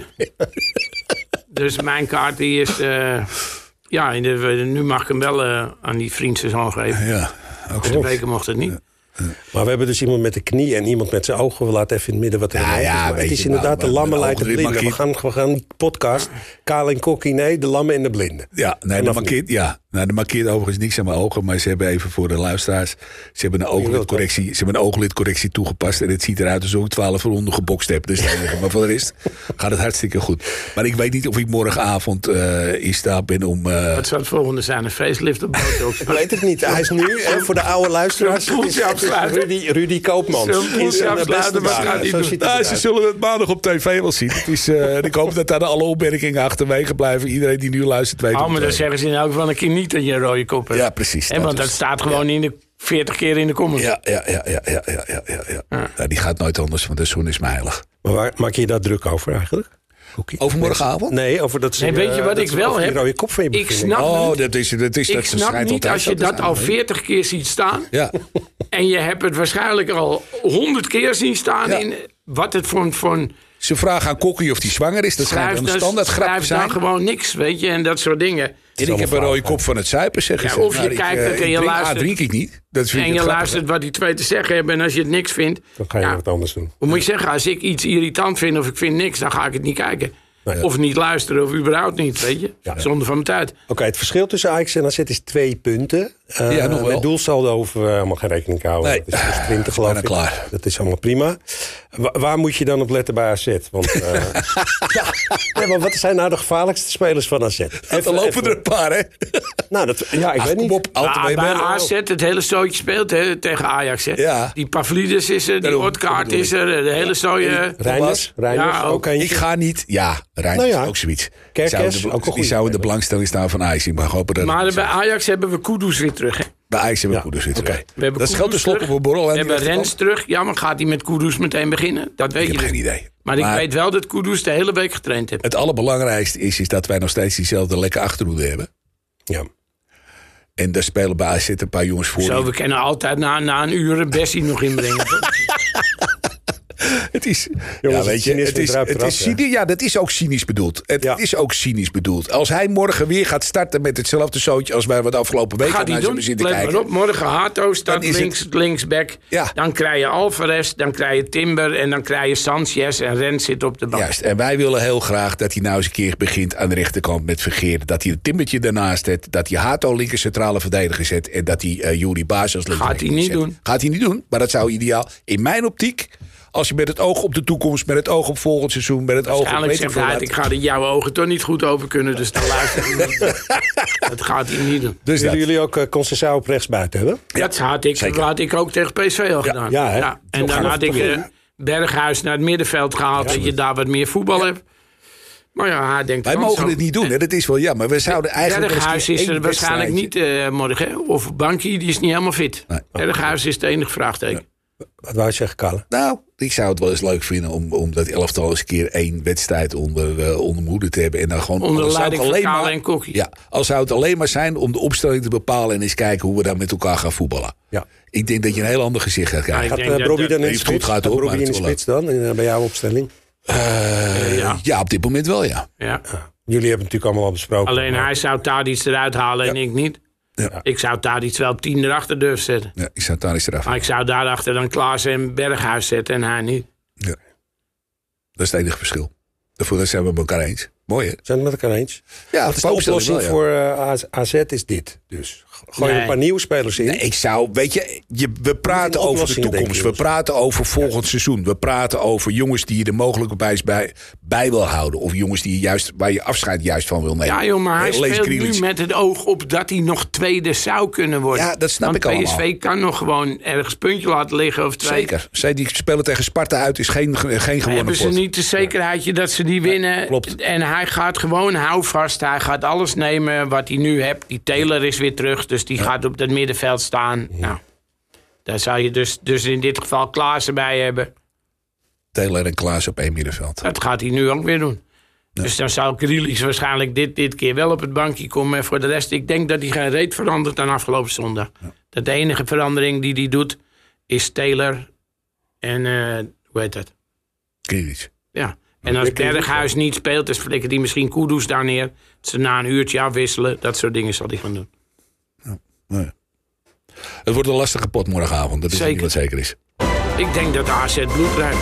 Dus mijn kaart die is... eh, ja, in de, nu mag ik hem wel eh, aan die vriend zijn zoon geven. Ja, ook De zo. weken mocht het niet. maar we hebben dus iemand met de knie en iemand met zijn ogen. We laten even in het midden wat er Ja, aan de hand ja, is. Maar weet het is je, inderdaad maar- de lammen maar lijken de ogen erin blinden. We markeert- gaan, we gaan die podcast. Kaal en Kokkie, nee, de lammen en de blinden. Ja, nee, Vanaf dat markeert, ja. Nou, dat markeert overigens niks aan mijn ogen. Maar ze hebben even voor de luisteraars... Ze hebben een ooglidcorrectie, ze hebben een ooglidcorrectie toegepast. En het ziet eruit alsof ik twaalf ronden gebokst heb. Dus, maar voor de rest gaat het hartstikke goed. Maar ik weet niet of ik morgenavond uh, in staat ben om... Uh, Wat zou het volgende zijn? Een facelift op Botox? Ik weet het niet. Hij is nu, hè, voor de oude luisteraars, Zo'n poeltje het is afsluiten. Rudy, Rudy Koopmans. Zo'n poeltje In zijn afsluiten, beste wat dagen. gaat hij Zo doen? ziet het Nou, ze eruit. zullen het maandag op tv wel zien. Het is, uh, ik hoop dat daar alle opmerkingen achterwege blijven. Iedereen die nu luistert weet Oh, hoe maar het dan werkt. zeggen ze in elk geval een keer niet dat je een rode kop hebt. Ja, precies. En want is- dat staat gewoon in de veertig keer in de comments. Ja, ja, ja, ja, ja, ja, ja, ja, ja. Ja. Nou, die gaat nooit anders, want de zon is me heilig. Maar waar maak je je daar druk over eigenlijk? Kokkie? Over morgenavond? Nee, over dat ze... Nee, weet je eh, wat dat ik ze wel over die heb? rode kop van je Ik beginnen. snap Oh, niet. dat is, dat is, Ik dat snap schijnt niet altijd als je zo te dat zijn, al hè? veertig keer ziet staan. Ja, En je hebt het waarschijnlijk al honderd keer zien staan. Ja. In wat het voor, voor een... ze vragen aan Kokkie of die zwanger is. Dat schijnt Schrijf, wel een dan, standaard grap te schrijf zijn. dan gewoon niks, weet je. En dat soort dingen. En ik heb een rode kop van het zuipen, zeggen Ja, ze. of je ik, kijkt eh, het en ik je drink, luistert. Ah, drink ik niet. Dat vind ik En je het grappige. luistert wat die twee te zeggen hebben. En als je het niks vindt... Dan ga je ja, wat anders doen. Hoe moet je zeggen? Als ik iets irritant vind of ik vind niks... dan ga ik het niet kijken. Nou ja. Of niet luisteren of überhaupt niet, weet je. Ja. Zonder van mijn tijd. Oké, het verschil tussen Ajax en A Z is twee punten. Uh, ja, nog wel. Met doelsaldo hoeven we helemaal geen rekening te houden. Nee. Dat is plus twintig geloof ik. Klaar. Dat is allemaal prima. Wa- waar moet je dan op letten bij A Z? Want, uh, ja, nee, maar wat zijn nou de gevaarlijkste spelers van A Z? Even, er lopen even. er een paar, hè? Nou, dat, ja, ik Ach, weet niet. Op, ja, bij A Z het hele zootje speelt hè, tegen Ajax. Hè. Ja. Die Pavlidis is er, die Otkaart is er, de hele zootje. Reiners, Reiners Ja, ook eentje. Ik ga niet... Ja, Reiners Nou ja. is ook zoiets. Kerkers, die zou, ook een de, die zou in de goeie belangstelling staan van Ajax. Ik mag hopen dat Maar het bij Ajax hebben we Kudus weer terug. Hè. bij Ajax hebben we Ja. Kudus weer terug. We hebben Dat scheelt Kudus de slop op terug. een borrel. We hebben Rens terug. Ja, maar gaat hij met Kudus meteen beginnen? Dat weet Ik je heb geen niet. idee. Maar, Maar ik weet wel dat Kudus de hele week getraind heeft. het allerbelangrijkste is, is dat wij nog steeds diezelfde lekke achterhoede hebben. Ja. En daar spelen bij A Z een paar jongens voor. Zo, we kunnen altijd na, na een uur een Bessie nog inbrengen. toch? Het is, Jongens, ja, weet het je, cynisme het is, druipt het eraf, is hè? cynisch, ja, dat is ook cynisch bedoeld. Het Ja. is ook cynisch bedoeld. Als hij morgen weer gaat starten met hetzelfde zootje als wij wat afgelopen week Gaat hij naar doen? hebben zitten Let maar kijken. op, morgen Hato staat Dan is links, linksback. Ja. Dan krijg je Alvarez, dan krijg je Timber en dan krijg je Sanchez en Rens zit op de bank. Juist, en wij willen heel graag dat hij nou eens een keer begint aan de rechterkant met Vergeer. Dat hij een Timbertje daarnaast zet. Dat hij Hato linker centrale verdediger zet. En dat hij uh, Juri Baas als linker Gaat hij niet zet. doen. Gaat hij niet doen, maar dat zou ideaal. In mijn optiek, als je met het oog op de toekomst, met het oog op volgend seizoen, met het oog op... Waarschijnlijk weet zegt hij, wat. ik ga er jouw ogen toch niet goed over kunnen, dus dan luister ik niet. Dat gaat hij niet doen. Dus dat. Willen jullie ook uh, Conceição op rechts buiten hebben? Dat had ik, zeker. had ik ook tegen P S V al gedaan. ja, hè? En Toch dan gaan had we ik proberen. uh, Berghuis naar het middenveld gehaald, dat je daar wat meer voetbal hebt. Maar ja, hij denkt... Wij van mogen zo. het niet doen, hè? Dat is wel jammer. We zouden eigenlijk... Berghuis is er waarschijnlijk niet uh, morgen. Hè? Of Bankie, die is niet helemaal fit. Nee. Berghuis is het enige vraagteken. Wat wou je zeggen, Kalle? Nou, ik zou het wel eens leuk vinden om, om dat elftal eens een keer één wedstrijd onder, uh, onder mijn hoede te hebben. En dan gewoon, Onder al zou leiding het van alleen Kale maar, en Kokkie. Ja, al zou het alleen maar zijn om de opstelling te bepalen en eens kijken hoe we daar met elkaar gaan voetballen. Ja. Ik denk dat je een heel ander gezicht gaat krijgen. ik Gaat denk uh, dat- Robbie dan in de Even goed spits? gaat Gaat hoor, Robbie maar in de het is wel spits dan, in, uh, bij jouw opstelling? Uh, ja. ja, op dit moment wel, ja. Ja. Jullie hebben het natuurlijk allemaal al besproken. Alleen maar- hij zou Tadic eruit halen en ik niet. Ja. Ik zou Tadic wel op tien erachter durven zetten. ja ik zou daar eens eraf. Maar ik zou daarachter dan Klaas en Berghuis zetten en hij niet. Ja. Dat is het enige verschil. Voor dat zijn we het met elkaar eens. Mooi, hè? Zijn we het met elkaar eens? Ja, Wat is de oplossing voor uh, A Z is dit dus? Gooi Nee. een paar nieuwe spelers in. Nee, ik zou, weet je, je we praten een over de oplossing, denk toekomst. ik, We dus. praten over volgend seizoen. We praten over jongens die je er mogelijkerwijs bij, bij wil houden. Of jongens die je juist, waar je afscheid juist van wil nemen. Ja joh, maar hij Lees speelt Grealish. nu met het oog op dat hij nog tweede zou kunnen worden. Ja, dat snap Want ik allemaal. P S V kan nog gewoon ergens puntje laten liggen of twee. Zeker. Zij die spelen tegen Sparta uit is geen, geen gewonnen Hebben ze pot. niet de zekerheidje dat ze die winnen? klopt. En hij gaat gewoon houvast. Hij gaat alles nemen wat hij nu hebt. Die Taylor is weer terug, dus die gaat op dat middenveld staan. Nou, daar zou je dus, dus in dit geval Klaas erbij hebben. Taylor en Klaas op één middenveld. Dat gaat hij nu ook weer doen. Dus dan zou Grealish waarschijnlijk dit, dit keer wel op het bankje komen. En voor de rest, ik denk dat hij geen reet verandert aan afgelopen zondag. Dat de enige verandering die hij doet, is Taylor en, uh, hoe heet dat? Grealish. Ja. En als Berghuis niet speelt, dan flikkert hij misschien Kudus daar neer. Dat ze na een uurtje afwisselen. Dat soort dingen zal hij gaan doen. Nee. Het wordt een lastige pot morgenavond. Dat is Zeker. niet wat zeker is. Ik denk dat A Z bloed ruikt.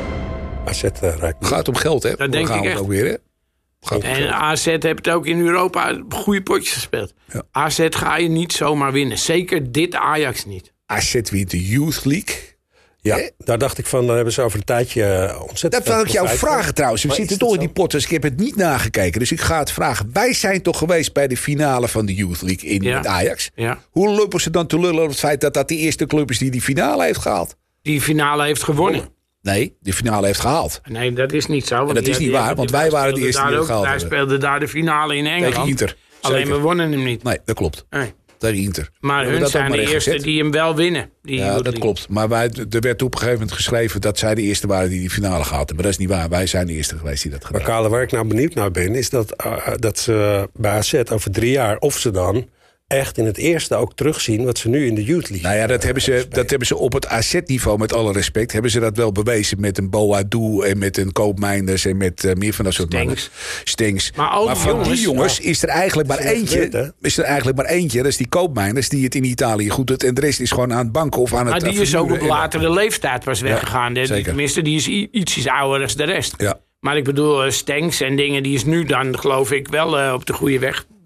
A Z uh, raakt Het gaat om geld, hè? Dat denk ik Morgenavond echt. ook weer, hè? Gaat om En geld. A Z heeft het ook in Europa goede potjes gespeeld. Ja. A Z ga je niet zomaar winnen. Zeker dit Ajax niet. A Z wint de Youth League. Ja, Hè? daar dacht ik van, daar hebben ze over een tijdje uh, ontzettend Dat wil ik jou profijt van. vragen trouwens. We Maar zitten is dat door in zo? die pot, dus ik heb het niet nagekeken. Dus ik ga het vragen. Wij zijn toch geweest bij de finale van de Youth League in Ja. met Ajax? Ja. Hoe lopen ze dan te lullen op het feit dat dat de eerste club is die die finale heeft gehaald? Die finale heeft gewonnen. Nee, de finale heeft gehaald. Nee, dat is niet zo. want dat die- is niet die- waar, die- want wij wij waren de speelden eerste daar die het ook- gehaald Wij hebben. speelden daar de finale in Engeland. Tegen Inter. Alleen Zeker. we wonnen hem niet. Nee, dat klopt. Nee. Tegen Inter. Maar Hebben we hun dat ook zijn maar de recht eerste gezet? die hem wel winnen. Die Ja, Youth dat League. klopt. Maar wij, er werd op een gegeven moment geschreven dat zij de eerste waren die die finale gehaald hebben. Maar dat is niet waar. Wij zijn de eerste geweest die dat gedaan Maar Kale, waar ik nou benieuwd naar ben, is dat, uh, dat ze bij A Z over drie jaar, of ze dan echt in het eerste ook terugzien wat ze nu in de Youth League. Nou ja, dat hebben, ze, dat hebben ze op het A Z-niveau, met alle respect, hebben ze dat wel bewezen met een Boadu en met een Koopmijnders en met uh, meer van dat soort mannen. Stengs. Maar al die van jongens- die jongens is er eigenlijk maar is net eentje. gebeurd, Is er eigenlijk maar eentje. Dat is die Koopmijnders die het in Italië goed doet. En de rest is gewoon aan het banken of aan het. Maar die is ook op verhuren. latere leeftijd pas weggegaan. De- zeker. Tenminste, die is i- ietsjes ouder dan de rest. Ja. Maar ik bedoel, uh, Stenks en dingen, die is nu dan, geloof ik, wel uh, op de goede weg.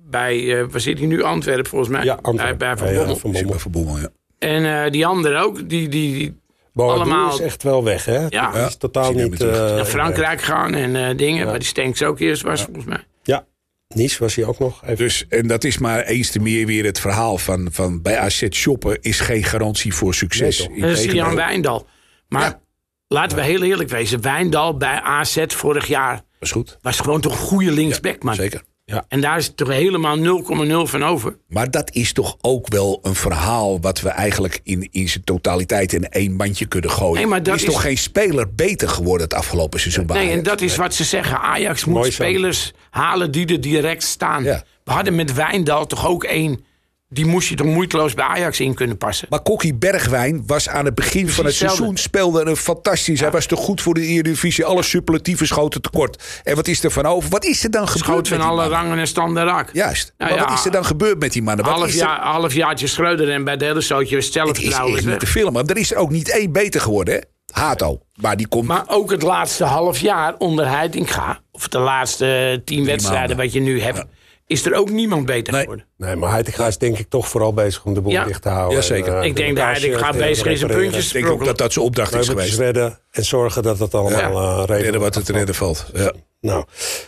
bij uh, waar zit hij nu? Antwerpen volgens mij. Ja, Antwerpen. Bij, bij Van Bommel. Ja, Van Bommel. Van Bommel, ja. En uh, die anderen ook, die... die, die Boadu allemaal is echt wel weg, hè? Ja. Die is totaal niet... Uh, naar Frankrijk gaan en uh, dingen, ja. waar die Stenks ook eerst was, ja. volgens mij. Ja, Nice was hij ook nog. Even. Dus, en dat is maar eens te meer weer het verhaal van, van bij A Z shoppen is geen garantie voor succes. Nee, dat is Jan Wijndal. Maar ja. laten we heel eerlijk wezen, Wijndal bij A Z vorig jaar was goed. Was gewoon toch een goede linksback, man. Ja, zeker. Ja. En daar is toch helemaal nul komma nul van over. Maar dat is toch ook wel een verhaal wat we eigenlijk in, in zijn totaliteit in één bandje kunnen gooien. Nee, maar dat er is, is toch geen speler beter geworden het afgelopen seizoen bij Nee, Ajax? En dat is wat ze zeggen. Ajax moet Mooi spelers zo. halen die er direct staan. Ja. We hadden met Wijndal toch ook één. Die moest je toch moeiteloos bij Ajax in kunnen passen. Maar Kokkie Bergwijn was aan het begin Precies van het seizoen... Zelden. speelde een fantastisch. Ja. Hij was toch goed voor de Eredivisie. Alle superlatieven schoten tekort. En wat is er van over? Wat is er dan gebeurd Schoot van alle mannen? rangen en standen raak. Juist. Nou, maar ja, wat is er dan gebeurd met die mannen? Wat half, is jaar, er... half jaartje Schreuder en bij de hele zootje zelfvertrouwen. Het is niet te filmen. Er is ook niet één beter geworden, hè? Hato. Maar, die komt... maar ook het laatste half jaar onder Heitinga... of de laatste tien wedstrijden wat je nu hebt... Ja. is er ook niemand beter nee. geworden. Nee, maar Heitinga is denk ik toch vooral bezig om de boel ja. dicht te houden. Jazeker. Uh, ik denk dat Heitinga bezig is een puntjes Ik denk ook dat dat zijn opdracht is geweest. redden en zorgen dat het allemaal ja. uh, redden, redden wat het te redden valt. Ja. Nou...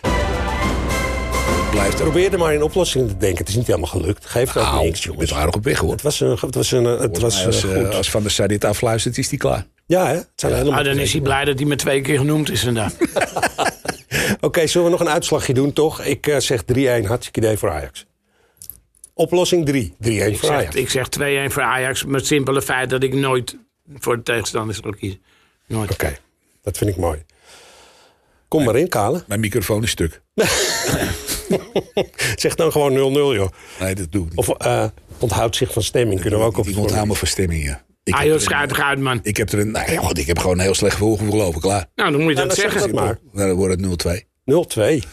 Blijft Probeer er maar in oplossingen te denken. Het is niet helemaal gelukt. Geeft ook nou, niks, jongens. Het aardig op weg, hoor. Het was een... Het was een het was, als, uh, goed. als Van der Sar dit afluistert, is die klaar. Ja, hè? Het zijn ja. helemaal ah, dan is hij blij dat hij me twee keer genoemd is inderdaad. Oké, okay, zullen we nog een uitslagje doen, toch? Ik uh, zeg drie-een, hartstikke idee voor Ajax. Oplossing drie. drie-een voor zeg, Ajax. Ik zeg twee-een voor Ajax. Met het simpele feit dat ik nooit voor de tegenstander zal kiezen. Nooit. Oké, okay, dat vind ik mooi. Kom maar in, Kale. Mijn microfoon is stuk. Zeg dan gewoon nul nul, joh. Nee, dat doe ik niet. Of uh, onthoudt zich van stemming. Dat kunnen we ook op. Ik onthoud me van stemming, ja. Ik ah joh, schuit toch uit, man. Ik heb er een... Nou, God, ik heb gewoon een heel slecht gevoel gelopen, klaar. Nou, dan moet je nou, dat zeggen. Dat maar. Nou, dan wordt het nul twee. nul twee.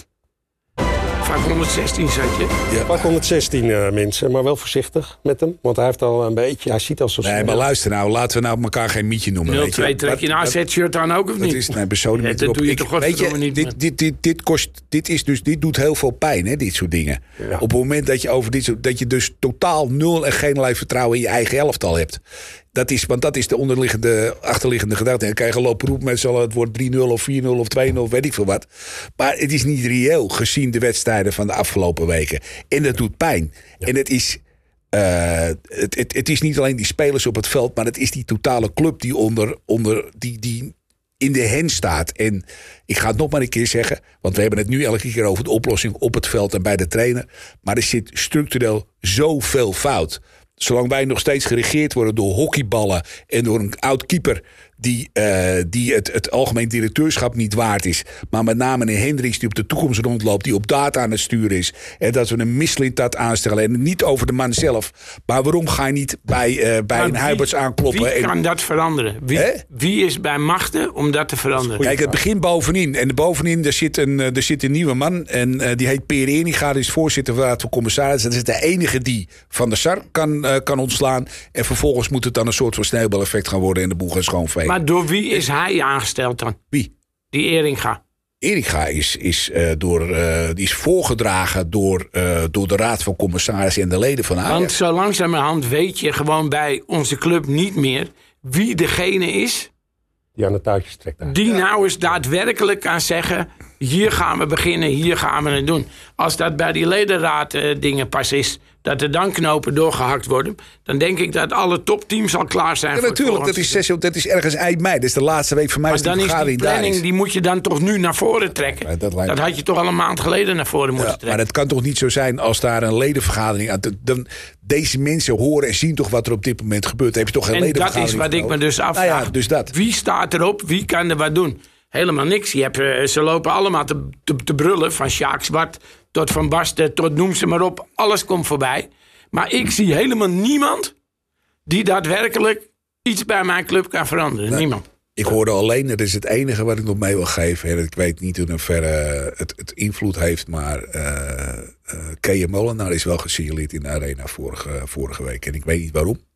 vijfhonderdzestien zat je. Ja. vijfhonderdzestien uh, mensen, maar wel voorzichtig met hem. Want hij heeft al een beetje, hij ziet al zo snel. Nee, maar luister nou, laten we nou elkaar geen mietje noemen. nul twee, trek je een A Z-shirt aan ook of niet? Is, nee, persoonlijk ja, dat doe je ik, toch weet je, niet. Dit, dit, dit, dit, kost, dit, is dus, dit doet heel veel pijn, hè, dit soort dingen. Ja. Op het moment dat je, over dit soort, dat je dus totaal nul en geen vertrouwen in je eigen elftal hebt. Dat is, want dat is de onderliggende, achterliggende gedachte. En dan krijg je lopen roep met z'n allen, het wordt drie nul of vier nul of twee nul, weet ik veel wat. Maar het is niet reëel gezien de wedstrijden van de afgelopen weken. En dat doet pijn. Ja. En het is, uh, het, het, het is niet alleen die spelers op het veld, maar het is die totale club die onder, onder die, die in de hen staat. En ik ga het nog maar een keer zeggen, want we hebben het nu elke keer over de oplossing op het veld en bij de trainer. Maar er zit structureel zoveel fout. Zolang wij nog steeds geregeerd worden door hockeyballen en door een oud keeper die, uh, die het, het algemeen directeurschap niet waard is. Maar met name een Hendricks die op de toekomst rondloopt, die op data aan het sturen is. En dat we een Mislintat aanstellen. En niet over de man zelf. Maar waarom ga je niet bij, uh, bij een Huiberts aankloppen? Wie en, kan dat veranderen? Wie, wie is bij machten om dat te veranderen? Kijk, het begint bovenin. En bovenin, er zit een, er zit een nieuwe man. En uh, die heet Peer Eringa, die is voorzitter van de Raad van Commissarissen. Dat is de enige die Van der Sar kan, uh, kan ontslaan. En vervolgens moet het dan een soort van sneeuwbaleffect gaan worden en de boel gaan schoonvegen. Maar door wie is hij aangesteld dan? Wie? Die Eringa. Eringa is, is, uh, door, uh, die is voorgedragen door, uh, door de Raad van Commissarissen en de leden van Ajax. Want zo langzamerhand weet je gewoon bij onze club niet meer wie degene is die aan de touwtjes trekt. Daar. Die nou eens daadwerkelijk kan zeggen, hier gaan we beginnen, hier gaan we het doen. Als dat bij die ledenraad uh, dingen pas is, dat er dan knopen doorgehakt worden, dan denk ik dat alle topteams al klaar zijn. Ja, voor natuurlijk, dat is, zes, dat is ergens eind mei. Dat is de laatste week van mij. Maar dan is die planning, die moet je dan toch nu naar voren trekken. Ja, dat, dat had je toch al een maand geleden naar voren moeten ja, trekken. Maar het kan toch niet zo zijn als daar een ledenvergadering aan... Dan, deze mensen horen en zien toch wat er op dit moment gebeurt. Dan heb je toch geen en ledenvergadering. Dat is wat ik me dus afvraag. Nou ja, dus dat. Wie staat erop? Wie kan er wat doen? Helemaal niks. Je hebt, uh, ze lopen allemaal te, te, te brullen. Van Sjaak Zwart tot Van Basten tot noem ze maar op. Alles komt voorbij. Maar ik zie helemaal niemand die daadwerkelijk iets bij mijn club kan veranderen. Nee, niemand. Ik hoorde alleen, dat is het enige wat ik nog mee wil geven. En ik weet niet hoe verre het, het invloed heeft. Maar uh, uh, Kees Molenaar is wel gesignaleerd in de arena vorige, vorige week. En ik weet niet waarom.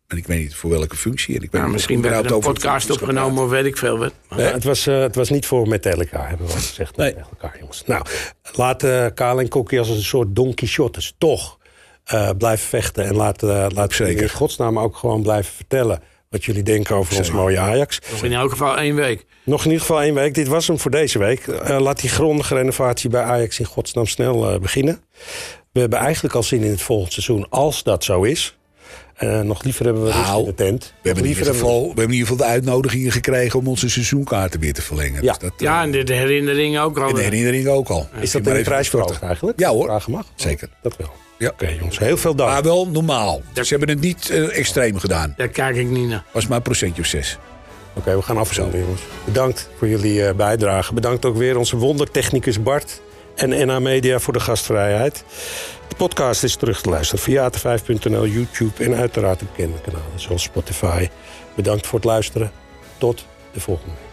En ik weet niet voor welke functie. En ik weet nou, misschien werd er een podcast opgenomen of weet ik veel wat. Nee, het, was, uh, het was niet voor Metallica, hebben we al gezegd. Nee. Metallica, jongens. Nou, laat uh, Kaal en Kokkie als een soort Don Quixotes toch uh, blijven vechten. En laat, uh, laat ze in godsnaam ook gewoon blijven vertellen wat jullie denken over Zeker. ons mooie Ajax. Nog in elk geval één week. Nog in ieder geval één week. Dit was hem voor deze week. Uh, laat die grondige renovatie bij Ajax in godsnaam snel uh, beginnen. We hebben eigenlijk al zin in het volgende seizoen, als dat zo is. Uh, nog liever hebben we rust nou, in de tent. We hebben, in ieder geval, we hebben in ieder geval de uitnodigingen gekregen om onze seizoenkaarten weer te verlengen. Ja, dus dat, ja en de herinnering ook al. En de herinnering ook al. Ja. Is dat in de prijs verhoogd eigenlijk? Ja hoor. Vragen mag? Zeker. Oh, dat wel. Ja. Oké okay, jongens, heel veel dank. Maar wel normaal. Dat, ze hebben het niet uh, extreem gedaan. Daar kijk ik niet naar. Was maar een procentje of zes. Oké, okay, we gaan afzenden jongens. Bedankt voor jullie uh, bijdrage. Bedankt ook weer onze wondertechnicus Bart en N A Media voor de gastvrijheid. De podcast is terug te luisteren via A T vijf punt n l, YouTube en uiteraard de bekende kanalen zoals Spotify. Bedankt voor het luisteren. Tot de volgende.